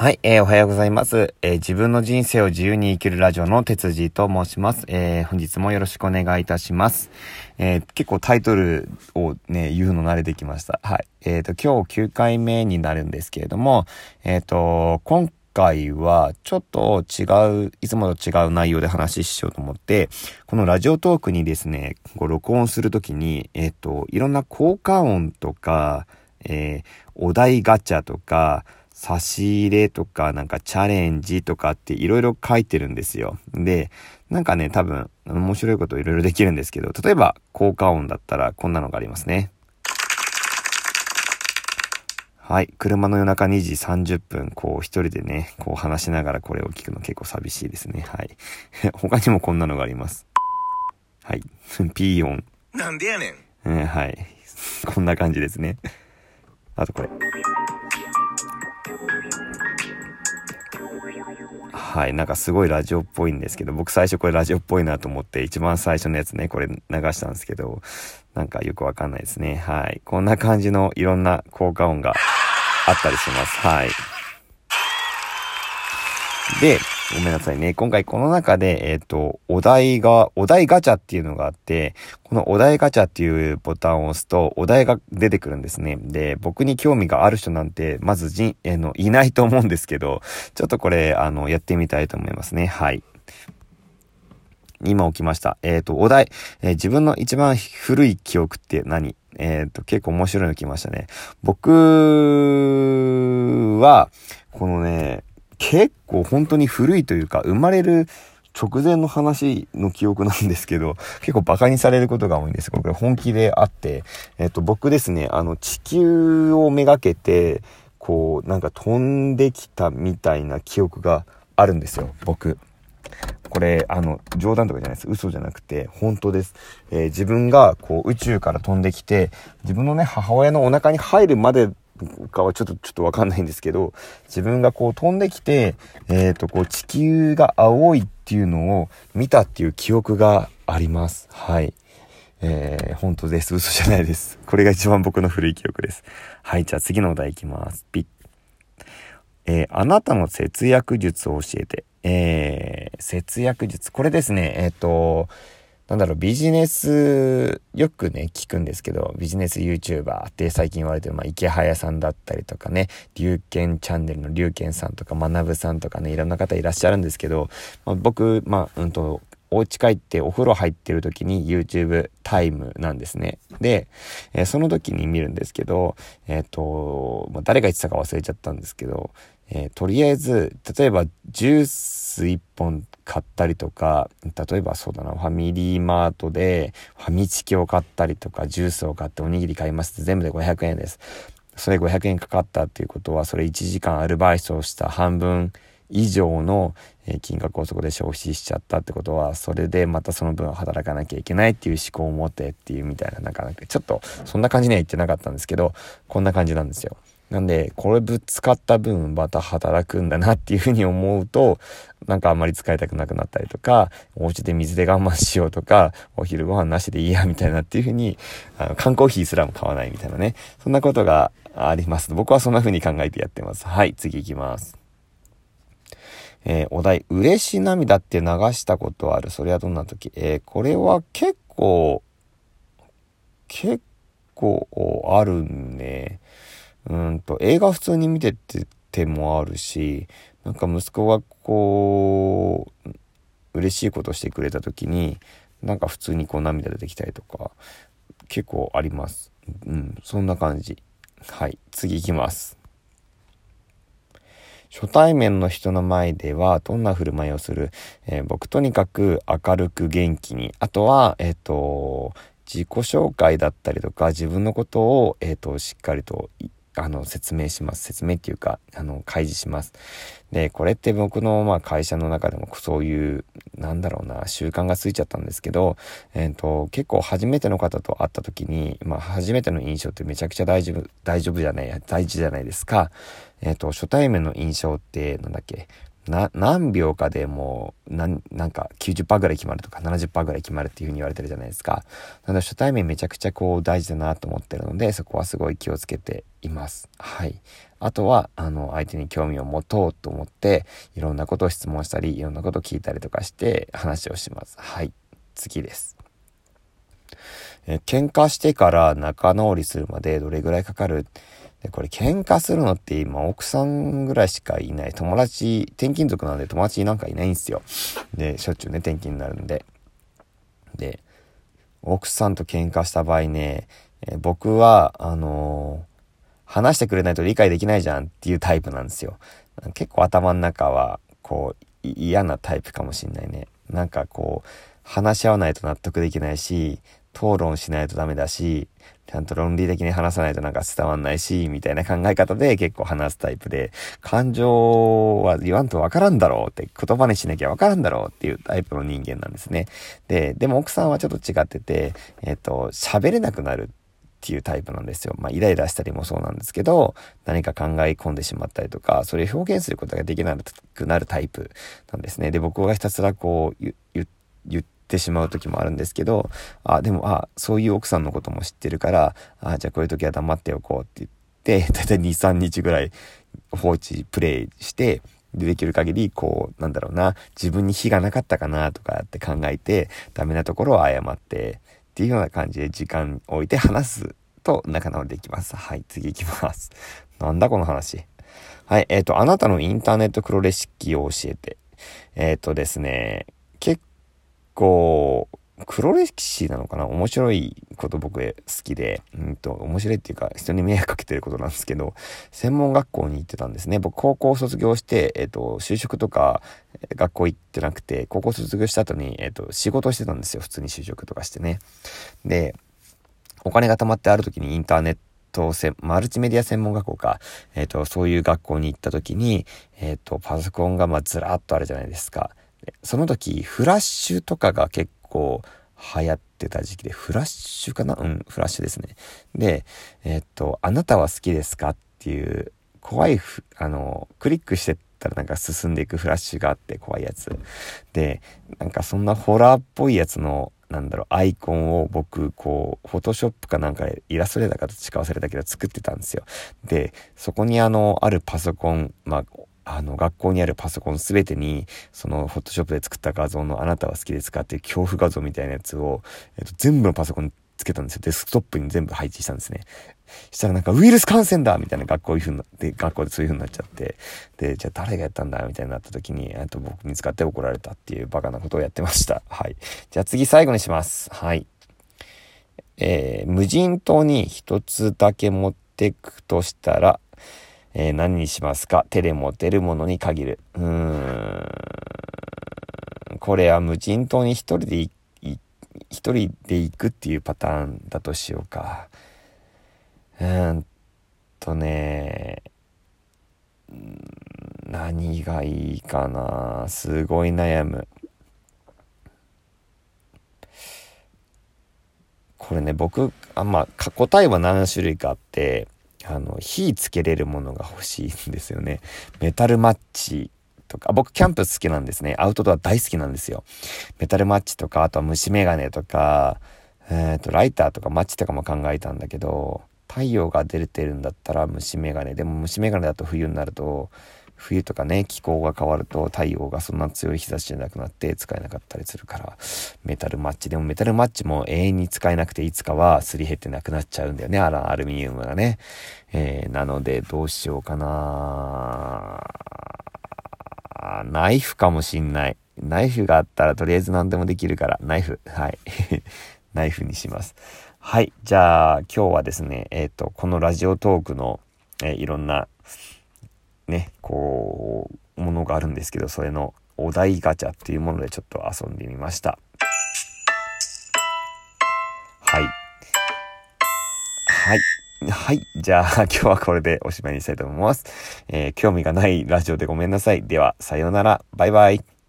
はい、おはようございます。自分の人生を自由に生きるラジオの哲司と申します。本日もよろしくお願いいたします。結構タイトルをね、言うの慣れてきました。はい。今日9回目になるんですけれども、今回はちょっと違う、いつもと違う内容で話しようと思って、このラジオトークにですね、録音するときに、いろんな効果音とか、お題ガチャとか、差し入れとかなんかチャレンジとかっていろいろ書いてるんですよ。で、なんかね、多分面白いこといろいろできるんですけど、例えば効果音だったらこんなのがありますね。はい。車の夜中2時30分、一人でね、話しながらこれを聞くの結構寂しいですね。はい。他にもこんなのがあります。はい。ピー音。 なんでやねん。 はい。こんな感じですね。あとこれ。はい。なんかすごいラジオっぽいんですけど、僕最初これラジオっぽいなと思って一番最初のやつね、これ流したんですけど、なんかよくわかんないですね。はい。こんな感じのいろんな効果音があったりします。はい。で、ごめんなさいね。今回この中で、お題ガチャっていうのがあって、このお題ガチャっていうボタンを押すと、お題が出てくるんですね。で、僕に興味がある人なんて、まずいないと思うんですけど、ちょっとこれ、やってみたいと思いますね。はい。今起きました。お題、自分の一番古い記憶って何？結構面白いの来ましたね。僕は、このね、結構本当に古いというか、生まれる直前の話の記憶なんですけど、結構バカにされることが多いんです。これ本気であって、僕ですね、地球をめがけて、なんか飛んできたみたいな記憶があるんですよ、僕。これ冗談とかじゃないです。嘘じゃなくて本当です。自分が宇宙から飛んできて、自分のね母親のお腹に入るまでかはちょっとわかんないんですけど、自分が飛んできて地球が青いっていうのを見たっていう記憶があります。はい。本当です。嘘じゃないです。これが一番僕の古い記憶です。はい。じゃあ次のお題いきます。ピッ。あなたの節約術を教えて。節約術。これですね。ビジネス、よくね、聞くんですけど、ビジネス YouTuber って最近言われてる、池早さんだったりとかね、龍賢チャンネルの龍賢さんとか、学さんとかね、いろんな方いらっしゃるんですけど、僕、お家帰ってお風呂入ってる時に YouTube タイムなんですね。で、その時に見るんですけど、誰が言ってたか忘れちゃったんですけど、とりあえず、例えばジュース1本買ったりとか、例えばそうだな、ファミリーマートでファミチキを買ったりとか、ジュースを買っておにぎり買いますって全部で500円です。それ500円かかったっていうことは、それ1時間アルバイトをした半分以上の金額をそこで消費しちゃったってことは、それでまたその分働かなきゃいけないっていう思考を持ってっていうみたいな、なんかちょっとそんな感じには言ってなかったんですけど、こんな感じなんですよ。なんでこれぶつかった分また働くんだなっていうふうに思うと、なんかあんまり使いたくなくなったりとか、お家で水で我慢しようとか、お昼ご飯なしでいいやみたいなっていうふうに、缶コーヒーすらも買わないみたいなね、そんなことがあります。僕はそんな風に考えてやってます。はい、次行きます。お題、嬉し涙って流したことある。それはどんな時？これは結構あるね。映画普通に見ててもあるし、なんか息子が嬉しいことしてくれた時に、なんか普通に涙出てきたりとか、結構あります。そんな感じ。はい、次行きます。初対面の人の前ではどんな振る舞いをする？僕とにかく明るく元気に、あとは自己紹介だったりとか、自分のことをしっかりと説明します。説明っていうか開示します。で、これって僕の会社の中でもそういう習慣がついちゃったんですけど、結構初めての方と会った時に、初めての印象ってめちゃくちゃ大事じゃないですか。初対面の印象って何秒かでもう、なんか90%ぐらい決まるとか70%ぐらい決まるっていう風に言われてるじゃないですか。なので初対面めちゃくちゃこう大事だなと思ってるので、そこはすごい気をつけています。はい。あとは、相手に興味を持とうと思って、いろんなことを質問したり、いろんなことを聞いたりとかして話をします。はい。次です。喧嘩してから仲直りするまでどれぐらいかかる？で、これ喧嘩するのって今奥さんぐらいしかいない。転勤族なんで友達なんかいないんですよ。で、しょっちゅうね、転勤になるんで。で、奥さんと喧嘩した場合ね、僕は、話してくれないと理解できないじゃんっていうタイプなんですよ。結構頭の中は、こう、嫌なタイプかもしんないね。なんかこう、話し合わないと納得できないし、討論しないとダメだし、ちゃんと論理的に話さないとなんか伝わんないし、みたいな考え方で結構話すタイプで、感情は言わんとわからんだろうって、言葉にしなきゃわからんだろうっていうタイプの人間なんですね。でも奥さんはちょっと違ってて、喋れなくなるっていうタイプなんですよ。イライラしたりもそうなんですけど、何か考え込んでしまったりとか、それを表現することができなくなるタイプなんですね。で、僕がひたすらこう言ってしまう時もあるんですけど、でもそういう奥さんのことも知ってるから、じゃあこういう時は黙っておこうって言って、だいたい 2,3 日ぐらい放置プレイして、できる限りこう自分に非がなかったかなとかって考えて、ダメなところを謝ってっていうような感じで時間を置いて話すと仲直りできます。はい、次行きます。なんだこの話。はい、あなたのインターネット黒レシピを教えて。ですね、結構黒歴史なのかな、面白いこと僕好きで、面白いっていうか人に迷惑かけてることなんですけど、専門学校に行ってたんですね。僕高校卒業して、就職とか学校行ってなくて、高校卒業した後に、仕事してたんですよ。普通に就職とかしてね。で、お金が貯まってある時にインターネットマルチメディア専門学校か、そういう学校に行った時に、パソコンがずらっとあるじゃないですか。その時フラッシュとかが結構流行ってた時期で、フラッシュかな？フラッシュですね。で、あなたは好きですかっていう怖いクリックしてったらなんか進んでいくフラッシュがあって、怖いやつで、なんかそんなホラーっぽいやつのアイコンを僕こうフォトショップかなんかイラストレーターかどっちか忘れたけど作ってたんですよ。で、そこにあるパソコン、学校にあるパソコンすべてにそのフォトショップで作った画像のあなたは好きですかっていう恐怖画像みたいなやつを、全部のパソコンにつけたんですよ。デスクトップに全部配置したんですね。したらなんかウイルス感染だみたいな学校でそういう風になっちゃって、で、じゃあ誰がやったんだみたいになった時に、僕見つかって怒られたっていうバカなことをやってました。はい。じゃあ次最後にします。はい。無人島に一つだけ持ってくとしたら、何にしますか？手で持てるものに限る。これは無人島に一人で行くっていうパターンだとしようか。何がいいかな。すごい悩む。これね、僕答えは何種類かあって、火つけれるものが欲しいんですよね。メタルマッチとか、僕キャンプ好きなんですね。アウトドア大好きなんですよ。メタルマッチとか、あとは虫眼鏡とか、ライターとかマッチとかも考えたんだけど、太陽が出てるんだったら虫眼鏡。でも虫眼鏡だと冬になると、冬とかね、気候が変わると太陽がそんな強い日差しじゃなくなって使えなかったりするから、メタルマッチ。でもメタルマッチも永遠に使えなくて、いつかはすり減ってなくなっちゃうんだよね。アルミニウムがね。なのでどうしようかな。ナイフかもしんない。ナイフがあったらとりあえず何でもできるから、ナイフ。はい。ナイフにします。はい。じゃあ今日はですね、このラジオトークの、いろんなね、ものがあるんですけど、それのお題ガチャっていうものでちょっと遊んでみました。はい。はい。はい。じゃあ今日はこれでおしまいにしたいと思います。興味がないラジオでごめんなさい。では、さようなら。バイバイ。